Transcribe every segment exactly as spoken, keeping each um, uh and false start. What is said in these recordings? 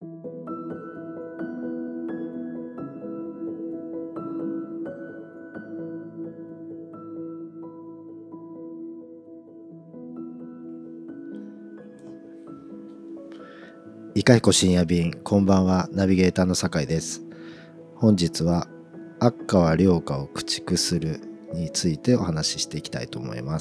いかひこ深夜便、こんばんは。ナビゲーターの酒井です。本日は悪化は良化を駆逐するについてお話ししていきたいと思います。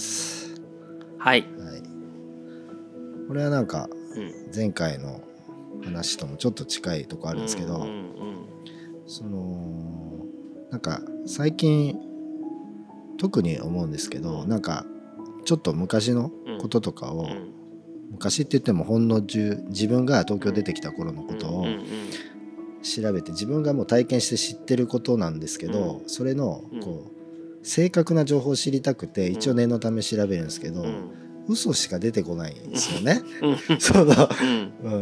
はい、 はい、これはなんか前回の話ともちょっと近いとこあるんですけど、うんうんうん、そのなんか最近特に思うんですけど、なんかちょっと昔のこととかを、うんうん昔って言ってもほんの10自分が東京出てきた頃のことを調べて自分がもう体験して知ってることなんですけど、それのこう正確な情報を知りたくて一応念のため調べるんですけど、嘘しか出てこないんですよね。その、うん、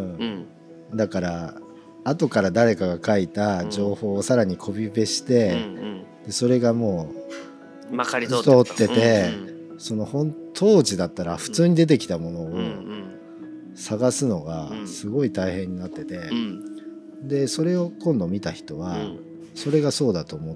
だから後から誰かが書いた情報をさらにコピペしてでそれがもう通ってて、その本当時だったら普通に出てきたものを探すのがすごい大変になってて、でそれを今度見た人はそれがそうだと思って、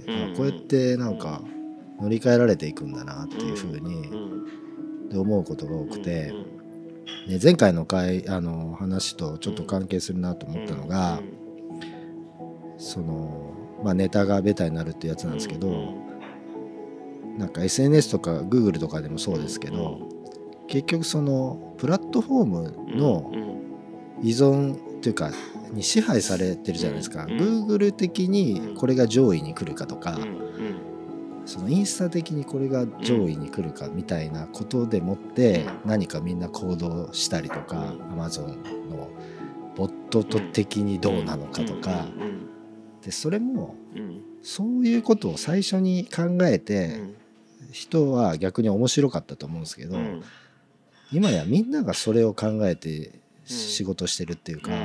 あこうやってなんか乗り換えられていくんだなっていうふうにで思うことが多くて、で前回の回あの話とちょっと関係するなと思ったのが、そのまあネタがベタになるってやつなんですけど、なんか エスエヌエス とか Google とかでもそうですけど、結局そのプラットフォームの依存というかに支配されてるじゃないですか。 Google 的にこれが上位に来るかとか、そのインスタ的にこれが上位に来るかみたいなことでもって何かみんな行動したりとか、 Amazon のボット的にどうなのかとかで、それもそういうことを最初に考えて人は逆に面白かったと思うんですけど、うん、今やみんながそれを考えて仕事してるっていうか、うん、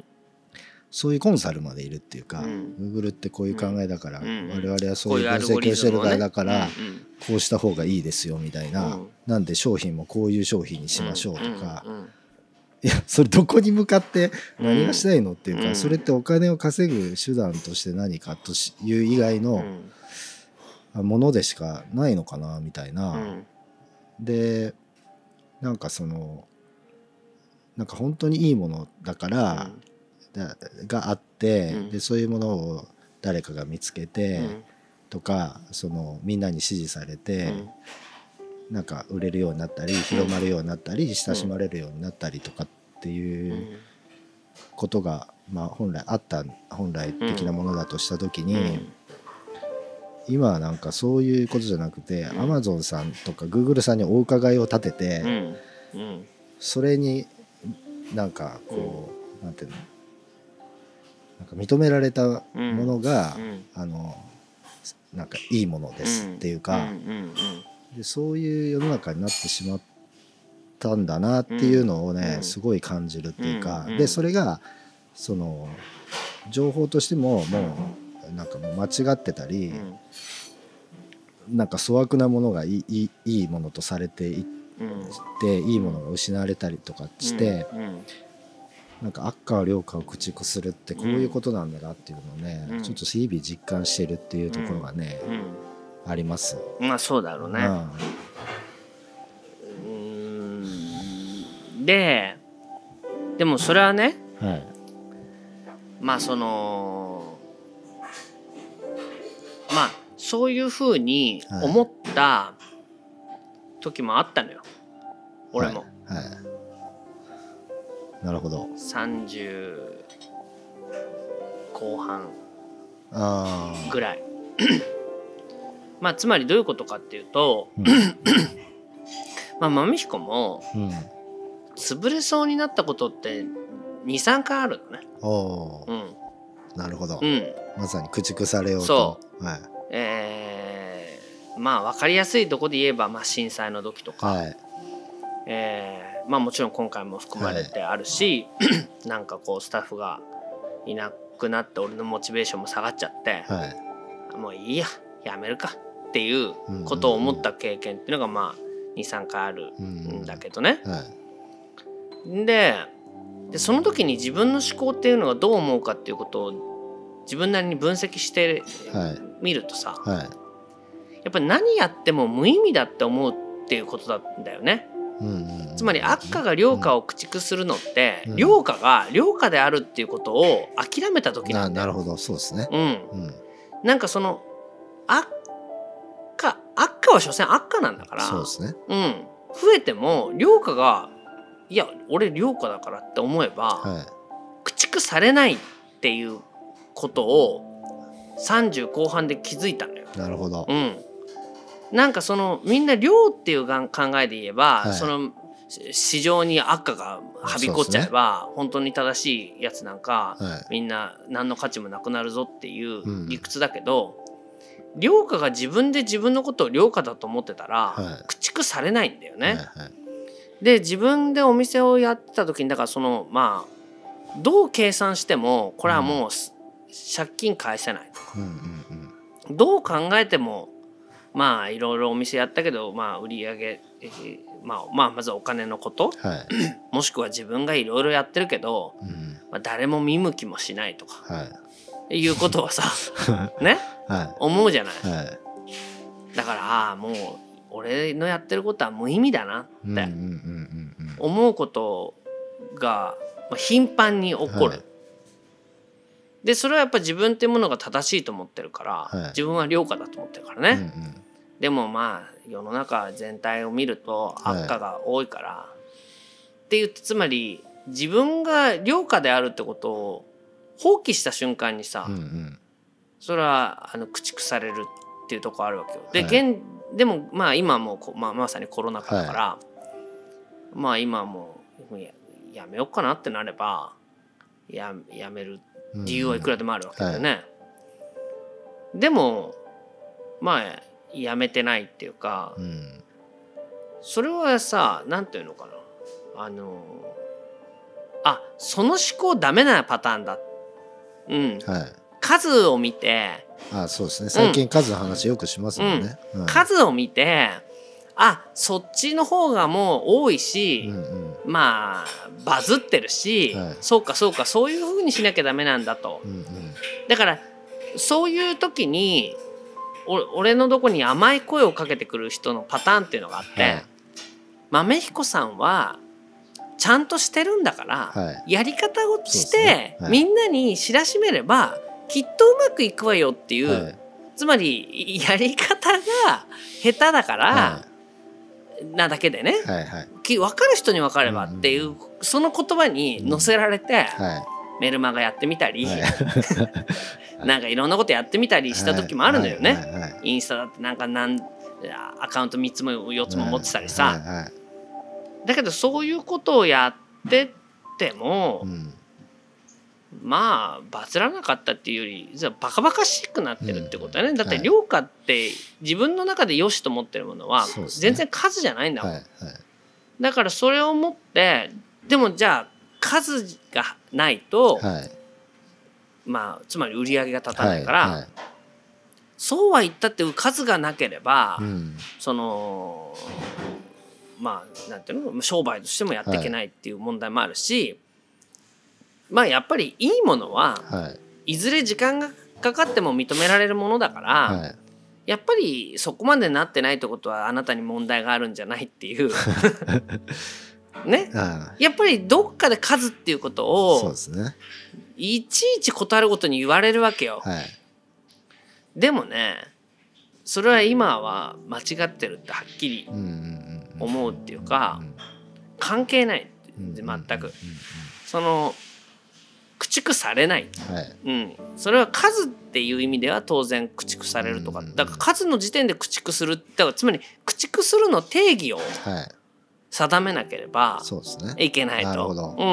そういうコンサルまでいるっていうか、うん、Google ってこういう考えだから、うん、我々はそういう分析をしてるからだから、うん、こうした方がいいですよみたいな、うん、なんで商品もこういう商品にしましょうとか、うんうんうん、いやそれどこに向かって何がしたいのっていうか、うん、それってお金を稼ぐ手段として何かという以外の、うんものでしかないのかなみたいな、うん、でなんかそのなんか本当にいいものだから、うん、だがあって、うん、でそういうものを誰かが見つけて、うん、とかそのみんなに支持されて、うん、なんか売れるようになったり広まるようになったり、うん、親しまれるようになったりとかっていうことが、まあ、本来あった本来的なものだとした時に、うん今はなんかそういうことじゃなくて、うん、Amazon さんとか Google さんにお伺いを立てて、うんうん、それになんかこう、うん、なんていうのなんか認められたものが、うん、あのなんかいいものですっていうか、うんうんうんうん、でそういう世の中になってしまったんだなっていうのをね、うん、すごい感じるっていうか、うんうん、でそれがその情報としてももうなんかもう間違ってたり、うん、なんか粗悪なものがいい、いい、いいものとされていって、うん、いいものが失われたりとかして、うんうん、なんか悪化は良化を駆逐するってこういうことなんだなっていうのをね、うん、ちょっと日々実感してるっていうところがね、うんうん、あります。 まあそうだろうね、うん、うーんででもそれはね、はい、まあそのまあそういうふうに思った時もあったのよ、はい、俺も、はいはい、 なるほど。 さんじゅうこう半ぐらいまあつまりどういうことかっていうと、うん、まあまみひこも、うん、潰れそうになったことって にさんかいあるのね。 お、うん、なるほど、うん、まさに駆逐されようと。そう、はい、 えー、まあ分かりやすいとこで言えば、まあ、震災の時とか、はい、えー、まあもちろん今回も含まれてあるし、はい、なんかこうスタッフがいなくなって俺のモチベーションも下がっちゃって、はい、もういいややめるかっていうことを思った経験っていうのがまあ にさんかいあるんだけどね、うんうんうん、はい、ででその時に自分の思考っていうのがどう思うかっていうことを自分なりに分析してみるとさ、はいはい、やっぱり何やっても無意味だって思うっていうことなんだよね。うんうんうん、つまり悪化が良化を駆逐するのって、うん、良化が良化であるっていうことを諦めた時なんだよ。 なるほど、そうですね。 うんうん、なんかその悪化悪化は所詮悪化なんだから、 そうですね。 うん、増えても良化がいや俺良化だからって思えば、はい、駆逐されないっていうことをさんじゅう後半で気づいたのよ。 なるほど。 うん、なんかそのみんな量っていう考えで言えば、はい、その市場に悪化がはびこっちゃえば、ね、本当に正しいやつなんか、はい、みんな何の価値もなくなるぞっていう理屈だけど、うん、量価が自分で自分のことを量価だと思ってたら、はい、駆逐されないんだよね。はいはい、で自分でお店をやってた時にだからそのまあどう計算してもこれはもう、うん、借金返せないとか、うんうんうん、どう考えてもまあいろいろお店やったけど、まあ、売り上げ、えーまあ、まあまずお金のこと、はい、もしくは自分がいろいろやってるけど、うんまあ、誰も見向きもしないとか、はい、いうことはさね、はい、思うじゃない、はい、だからああもう俺のやってることは無意味だなって思うことが頻繁に起こる、はい、でそれはやっぱ自分っていうものが正しいと思ってるから、はい、自分は良価だと思ってるからね、うんうん、でもまあ世の中全体を見ると悪化が多いから、はい、って言ってつまり自分が良価であるってことを放棄した瞬間にさ、うんうん、それはあの駆逐されるっていうところあるわけよ。で、はい、現でもまあ今もまあ、まさにコロナ禍だから、はい、まあ今もう や, やめようかなってなれば や, やめる理由はいくらでもあるわけだよね、うんはい、でもまあやめてないっていうか、うん、それはさなんていうのかなあのあその思考ダメなパターンだ、うんはい、数を見てあそうですね最近数の話よくしますもんね、 うんうん、数を見てあそっちの方がもう多いし、うんうん、まあバズってるし、はい、そうかそうかそういう風にしなきゃダメなんだと、うんうん、だからそういう時に俺のどこに甘い声をかけてくる人のパターンっていうのがあって、はい、豆彦さんはちゃんとしてるんだから、はい、やり方をして、ねはい、みんなに知らしめればきっとうまくいくわよっていう、はい、つまりやり方が下手だから、はい、なだけでね、はいはい、分かる人に分かればっていう、うんうん、その言葉に乗せられて、うんはい、メルマガやってみたり、はい、なんかいろんなことやってみたりした時もあるのよね、はいはいはい、インスタだってなんかなんアカウントみっつもよっつも持ってたりさ、はいはいはい、だけどそういうことをやってっても、うん、まあバズらなかったっていうより実はバカバカしくなってるってことだね、うん、だって量価って自分の中で良しと思ってるものは全然数じゃないんだもん、はいはい、だからそれを持ってでもじゃあ数がないと、はい、まあつまり売り上げが立たないから、はいはい、そうは言ったって数がなければ、うん、そのまあなんていうの商売としてもやっていけないっていう問題もあるし、はい、まあやっぱりいいものは、はい、いずれ時間がかかっても認められるものだから、はい、やっぱりそこまでなってないってことはあなたに問題があるんじゃないっていうね、やっぱりどっかで数っていうことをそうですね、いちいちことあるごとに言われるわけよ、はい、でもねそれは今は間違ってるってはっきり思うっていうか関係ない全くその駆逐されない、はいうん、それは数っていう意味では当然駆逐されるとかだから数の時点で駆逐するだからつまり駆逐するの定義を定めなければいけないと、はい、なるほど、うんうん、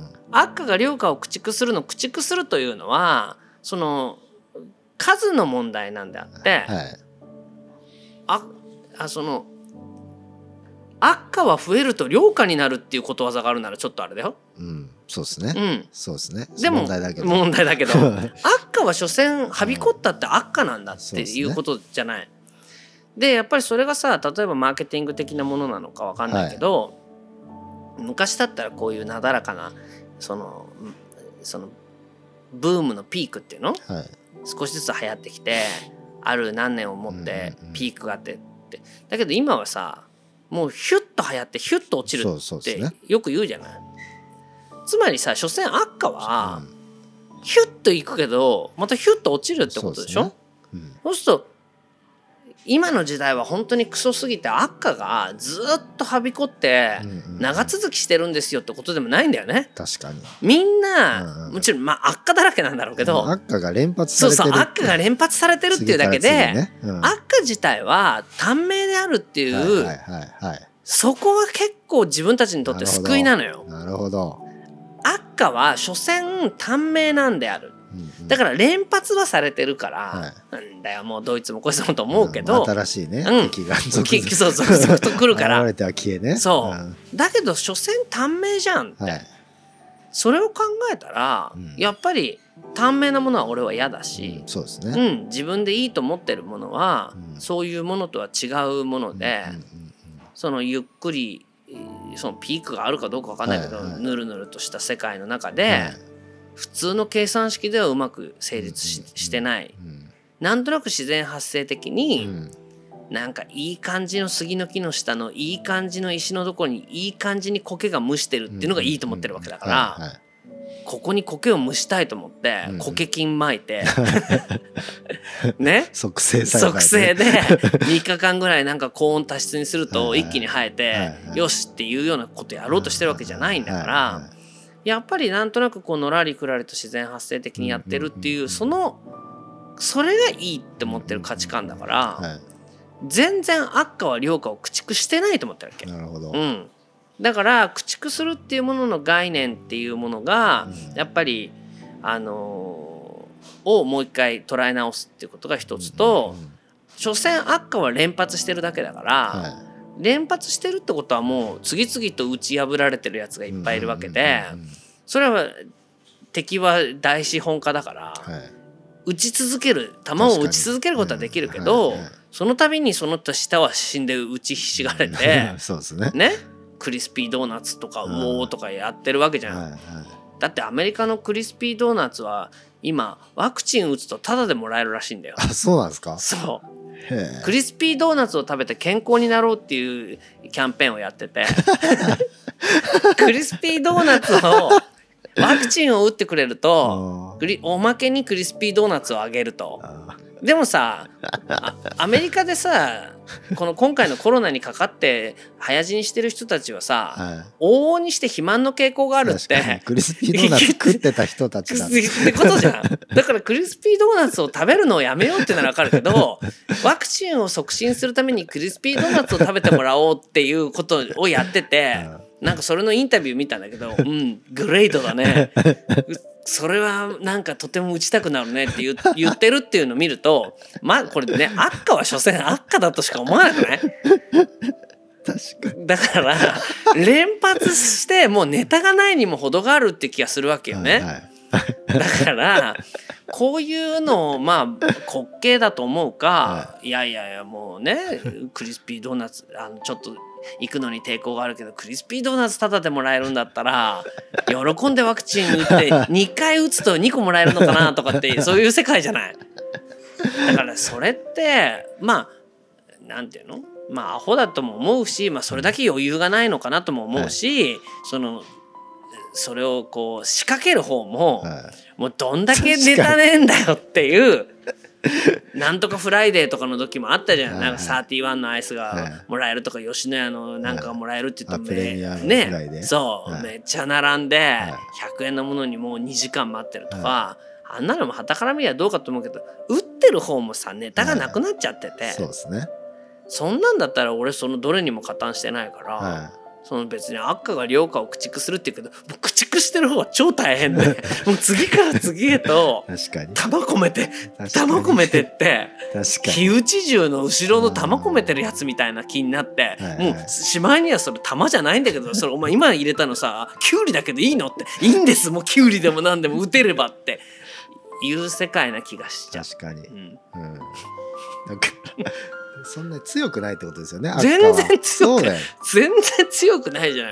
悪化が良化を駆逐するの駆逐するというのはその数の問題なんであって、はい、ああその悪化は増えると良化になるっていうことわざがあるならちょっとあれだよ、 うん、そうですね、うん、そうですねでも問題だけど問題だけど悪化は所詮はびこったって悪化なんだっていうことじゃない、うんでやっぱりそれがさ例えばマーケティング的なものなのか分かんないけど、は昔だったらこういうなだらかなそのそのブームのピークっていうの、はい、少しずつ流行ってきてある何年をもってピークがあってって、だけど今はさもうヒュッと流行ってヒュッと落ちるってよく言うじゃない。つまりさ所詮悪化はヒュッといくけどまたヒュッと落ちるってことでしょ。そうですね。うん、そうすると今の時代は本当にクソすぎて悪化がずっとはびこって長続きしてるんですよってことでもないんだよね。 確かにみんな、うんうん、もちろんまあ悪化だらけなんだろうけど、 悪化が連発されてるそうそう悪化が連発されてるっていうだけで、ねうん、悪化自体は短命であるっていう、はいはいはいはい、そこは結構自分たちにとって救いなのよ。 なるほど。 悪化は所詮短命なんである。だから連発はされてるから、はい、なんだよもうどいつもこいつもと思うけど、 うん、新しいね、 うん、 敵が続 々そう続々と来るから現れては消えね。 そう、うん、だけど所詮短命じゃんって、はい、それを考えたら、うん、やっぱり短命なものは俺は嫌だし、 うん、そうですね、 うん、自分でいいと思ってるものは、うん、そういうものとは違うもので、うんうんうんうん、そのゆっくりそのピークがあるかどうか分かんないけど、はいはい、ぬるぬるとした世界の中で、はい普通の計算式ではうまく成立 し,、うんうん、してない、うん、なんとなく自然発生的に、うん、なんかいい感じの杉の木の下のいい感じの石のところにいい感じに苔が蒸してるっていうのがいいと思ってるわけだから、ここに苔を蒸したいと思って苔菌巻いて、うん、ね促成栽培促成でみっかかんぐらいなんか高温多湿にすると一気に生えて、はいはい、よしっていうようなことやろうとしてるわけじゃないんだから、はいはいやっぱりなんとなくこうのらりくらりと自然発生的にやってるっていうそのそれがいいって思ってる価値観だから全然悪化は良化を駆逐してないと思ってるわけ。 なるほど、 うん、だから駆逐するっていうものの概念っていうものがやっぱりあのをもう一回捉え直すっていうことが一つと所詮悪化は連発してるだけだから連発してるってことはもう次々と打ち破られてるやつがいっぱいいるわけでそれは敵は大資本家だから打ち続ける球を打ち続けることはできるけどその度にその下は死んで打ちひしがれてそうですねねクリスピードーナツとかウォーとかやってるわけじゃん。だってアメリカのクリスピードーナツは今ワクチン打つとタダでもらえるらしいんだよ。 あ、そうなんですか。 そうクリスピードーナツを食べて健康になろうっていうキャンペーンをやっててクリスピードーナツをワクチンを打ってくれるとおまけにクリスピードーナツをあげると。でもさアメリカでさこの今回のコロナにかかって早死にしてる人たちはさ、はい、往々にして肥満の傾向があるってクリスピードーナツ食ってた人たちだってことじゃん。だからクリスピードーナツを食べるのをやめようってなら分かるけどワクチンを促進するためにクリスピードーナツを食べてもらおうっていうことをやっててなんかそれのインタビュー見たんだけどうんグレートだねそれはなんかとても打ちたくなるねって 言, 言ってるっていうのを見るとまあこれね悪化は所詮悪化だとしか思わなくない？ 確かに。 だから連発してもうネタがないにも程があるって気がするわけよね、はいはい、だからこういうのをまあ滑稽だと思うか、はい、いやいやいやもうねクリスピードーナツあのちょっと行くのに抵抗があるけどクリスピードーナツタダでもらえるんだったら喜んでワクチン打ってにかい打つとにこもらえるのかなとかってそういう世界じゃない。だからそれってまあなんていうのまあアホだとも思うし、まあ、それだけ余裕がないのかなとも思うし、はい、そのそれをこう仕掛ける方も、はい、もうどんだけネタねえんだよっていうなんとかフライデーとかの時もあったじゃん、はい、なんかサーティワンのアイスがもらえるとか、はい、吉野家のなんかがもらえるって言ってもね、ねそう、はい、めっちゃ並んで、はい、ひゃくえんのものにもうにじかん待ってるとか、はい、あんなのも傍から見りゃどうかと思うけど打ってる方もさネタがなくなっちゃってて、はい、 そうですね。 そんなんだったら俺そのどれにも加担してないから、はい、その別に悪化が良化を駆逐するっていうけどもう駆逐してる方は超大変でもう次から次へと玉込めて玉込めてって火打ち銃の後ろの玉込めてるやつみたいな気になって、はいはい、もうしまいにはそれ玉じゃないんだけどそれお前今入れたのさキュウリだけどいいのっていいんですもうキュウリでも何でも打てればっていう世界な気がしちゃう。 確かに、うんうん、なんかそんなに強くないってことですよね。 全然強くない全然強くないじゃない、うん、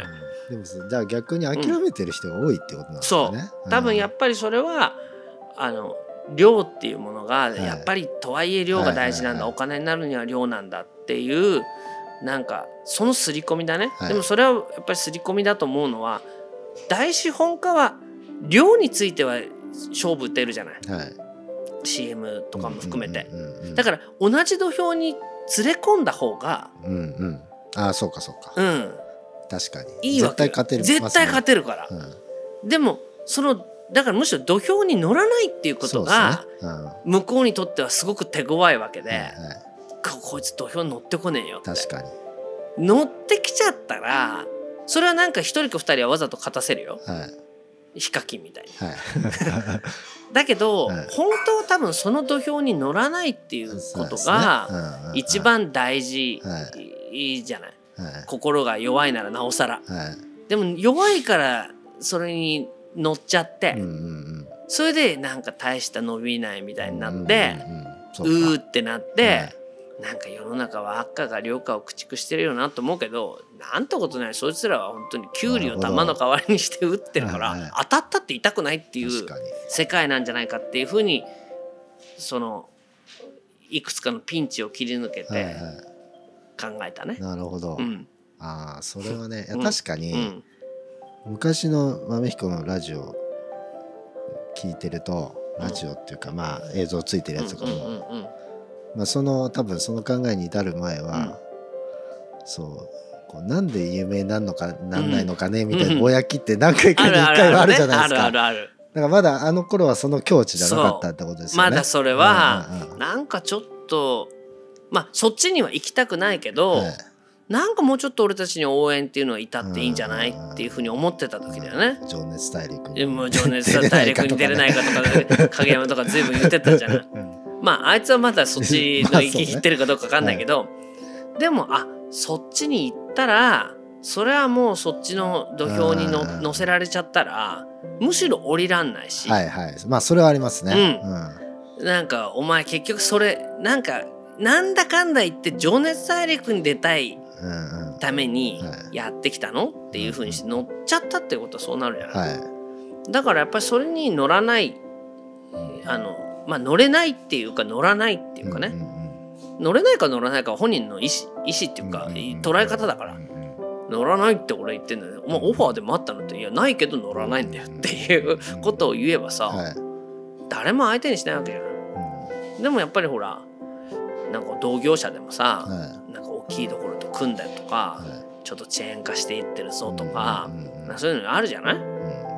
でもじゃあ逆に諦めてる人が多いってことなんですかね、 うん、そう多分やっぱりそれはあの量っていうものがやっぱりとはいえ量が大事なんだ、お金になるには量なんだっていうなんかその刷り込みだね、はい、でもそれはやっぱり刷り込みだと思うのは大資本家は量については勝負打てるじゃない、はい、シーエム とかも含めて、だから同じ土俵に連れ込んだ方が、 うんうん、ああそうかそうか、 うん、 確かにいいわけよ、絶対勝てる、絶対勝てるから、うん、でもそのだからむしろ土俵に乗らないっていうことが、ね、うん、向こうにとってはすごく手強いわけで、はいはい、こ, こいつ土俵に乗ってこねえよって、確かに乗ってきちゃったらそれはなんか一人か二人はわざと勝たせるよ、はい、ヒカキンみたいに、はい、だけど、はい、本当は多分その土俵に乗らないっていうことが一番大事じゃない、はい、心が弱いならなおさら、はい、でも弱いからそれに乗っちゃって、うんうんうん、それでなんか大した伸びないみたいになって、うんうんうん、うーってなって、はい、なんか世の中は悪化が良化を駆逐してるよなと思うけど、なんてことない、そいつらは本当にキュウリを玉の代わりにして打ってるから、はいはい、当たったって痛くないっていう世界なんじゃないかっていうふうにそのいくつかのピンチを切り抜けて考えたね、はいはい、なるほど、うん、 あそれはね、確かに、うんうん昔の豆彦のラジオ聞いてると、ラジオっていうかまあ映像ついてるやつとかも、まあその多分その考えに至る前は、そうこうなんで有名になるのかなんないのかねみたいなぼやきって何回かにいっかいはあるじゃないですか。だからまだあの頃はその境地じゃなかったってことですよね。 まだそれはなんかちょっとまあそっちには行きたくないけど。はいなんかもうちょっと俺たちに応援っていうのは至っていいんじゃないっていうふうに思ってた時だよね。 情熱大陸にもう情熱大陸に出れないかとか影山とか随分言ってたじゃない、うん、まああいつはまだそっちの域行ってるかどうか分かんないけど、まあねはい、でもあそっちに行ったらそれはもうそっちの土俵にの乗せられちゃったらむしろ降りらんないし、 はいはい、まあそれはありますね、 うんうん、なんかお前結局それなんかなんだかんだ言って情熱大陸に出たいためにやってきたのっていう風にして乗っちゃったってことはそうなるじゃない、はい、だからやっぱりそれに乗らないあの、まあ、乗れないっていうか乗らないっていうかね、うんうんうん、乗れないか乗らないか本人の意思、意思っていうか、うんうん、捉え方だから、うんうん、乗らないって俺言ってんだよ、まあ、オファーでもあったのっていやないけど乗らないんだよっていうことを言えばさ、はい、誰も相手にしないわけじゃない、うん、でもやっぱりほらなんか同業者でもさ、はい、なんか大きいところと組んだりとか、はい、ちょっとチェーン化していってるぞとか、うんうんうん、そういうのあるじゃない、うん、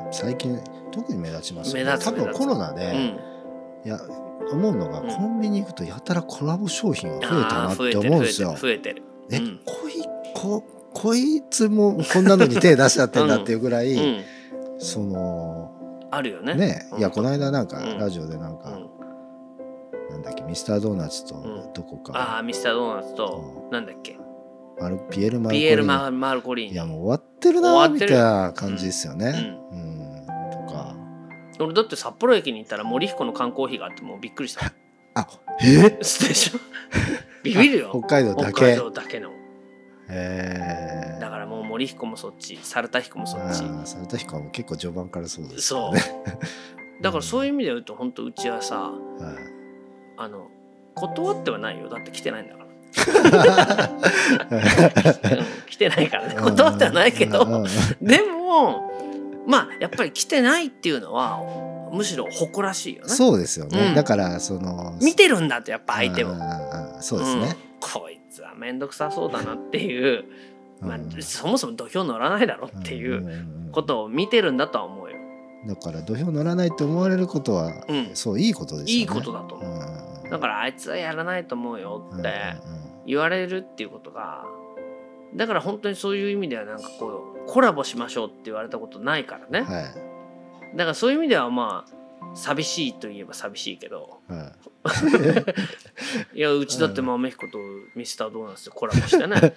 最近特に目立ちますよね。目立つ多分コロナで、うん、いや思うのが、うん、コンビニ行くとやたらコラボ商品が増えたなって思うんですよ。 増えてる増えてる、 え、うん、こいここいつもこんなのに手出しちゃってんだっていうぐらい、うんうん、そのあるよね。 ね、いやこの間なんかラジオでなんか、うんなんだっけミスタードーナツとどこか、 うん、ああミスタードーナツとなんだっけマルピエールマルコリーニピエールママルコリーニいやもう終わってるなみたいな感じですよね、うんうんうん、とか俺だって札幌駅に行ったら森彦の缶コーヒーがあってもうびっくりしたあえでしょビビるよ北海道だけ北海道だけのへだからもう森彦もそっち猿田彦もそっち猿田彦はもう結構序盤からそうですよねそうだからそういう意味で言うと本当うちはさ、はいあの断ってはないよだって来てないんだから来てないからね断ってはないけどでもまあやっぱり来てないっていうのはむしろ誇らしいよね。 そうですよね、うん、だからその見てるんだってやっぱ相手をそうですね、うん、 こいつは面倒くさそうだなっていう、まあ、そもそも土俵乗らないだろっていうことを見てるんだとは思うよ。 だから土俵乗らないと思われることは、うん、そういいことですよね。 いいことだと思う、うん、だからあいつはやらないと思うよって言われるっていうことがだから本当にそういう意味ではなんかこうコラボしましょうって言われたことないからね、はい、だからそういう意味ではまあ寂しいといえば寂しいけど、はい、いやうちだって豆彦とミスタードーナツでコラボしてね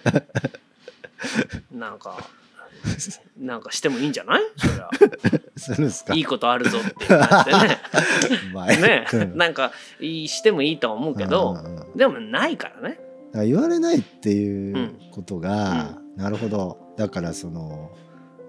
なんかなんかしてもいいんじゃないそれはするんすかいいことあるぞっていう感じでねねなんかしてもいいとは思うけど、うんうん、でもないからねだから言われないっていうことが、うん、なるほどだからその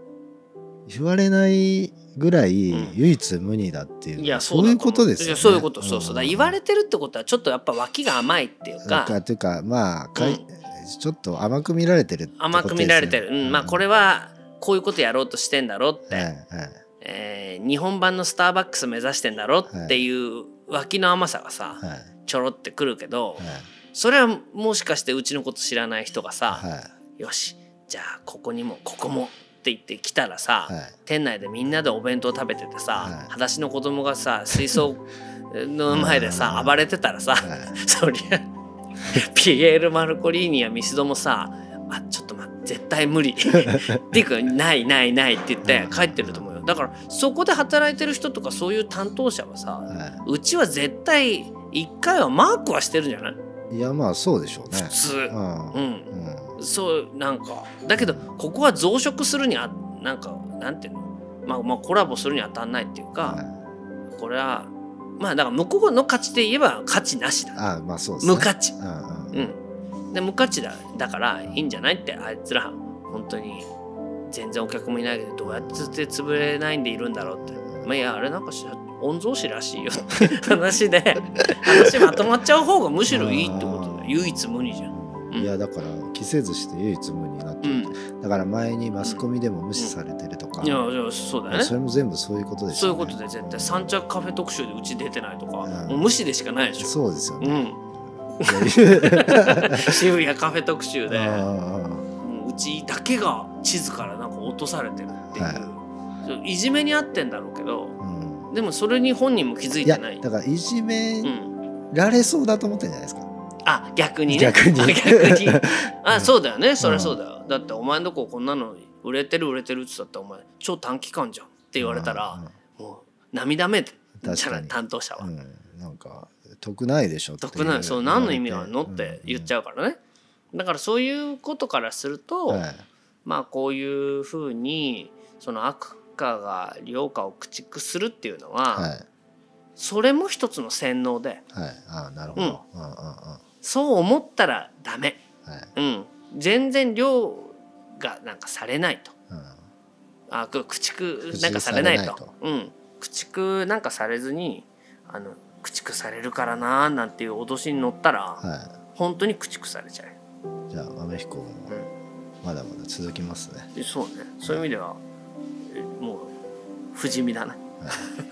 言われないぐらい唯一無二だっていう、うん、いやそういうことですよね。 いやそういうこと、そうそうだ、言われてるってことはちょっとやっぱ脇が甘いっていうか、 というかまあかい、うん、ちょっと甘く見られてるってことですよね。 甘く見られてる、うん、まあこれはこういうことやろうとしてんだろうって、はいはい、えー、日本版のスターバックス目指してんだろっていう脇の甘さがさ、はい、ちょろってくるけど、はい、それはもしかしてうちのこと知らない人がさ、はい、よしじゃあここにもここもって言って来たらさ、はい、店内でみんなでお弁当食べててさ、はい、裸足の子供がさ水槽の前でさ暴れてたらさ、はい、そりゃピエール・マルコリーニやミスドもさあちょっと待って絶対無理っていうかないないないって言って帰ってると思うよ。だからそこで働いてる人とかそういう担当者はさ、はい、うちは絶対一回はマークはしてるんじゃない？ いやまあそうでしょうね普通、うん、うんうん、そうなんかだけどここは増殖するにあなんかなんていうの、まあ、まあコラボするに当たんないっていうか、はい、これはまあだから向こうの価値で言えば価値なしだ。 あまあそうですね、 無価値、 うんうんうん、で無価値だだからいいんじゃないってあいつら本当に全然お客もいないけどどうやって潰れないんでいるんだろうって、まあ、いやあれなんか御曹司らしいよって話で話まとまっちゃう方がむしろいいってことだよ。唯一無二じゃん、うん、 いやだから着せずして唯一無二になってる、うん、だから前にマスコミでも無視されてるとか、 うん、いやいやそうだよね。 それも全部そういうことですよね。 そういうことで絶対三着カフェ特集でうち出てないとか、うん、もう無視でしかないでしょ。 そうですよね、 うん、渋谷カフェ特集でうちだけが地図からなんか落とされてるっていう、はい、いじめにあってんだろうけど、うん、でもそれに本人も気づいてない。 いやだからいじめられそうだと思ってるんじゃないですか、 あ逆にね逆に逆にあそうだよね、そりゃそうだよ、うん、だってお前のとここんなの売れてる売れてるって言ったらお前超短期間じゃんって言われたら、うん、もう涙目で担当者は、うん、 なんか得ないでしょって得ない、そう何の意味あるのって言っちゃうからね、うん、だからそういうことからすると、はい、まあこういうふうにその悪化が良化を駆逐するっていうのは、はい、それも一つの洗脳で、はい、あなるほど、うんうんうんうん、そう思ったらダメ、はいうん、全然良がなんかされないと、うん、あ駆逐なんかされないと、うん、駆逐なんかされずにあの駆逐されるからななんていう脅しに乗ったら、はい、本当に駆逐されちゃう。 じゃあ豆彦もまだまだ続きますね、 うん、そうね、そういう意味ではもう不死身だね、はい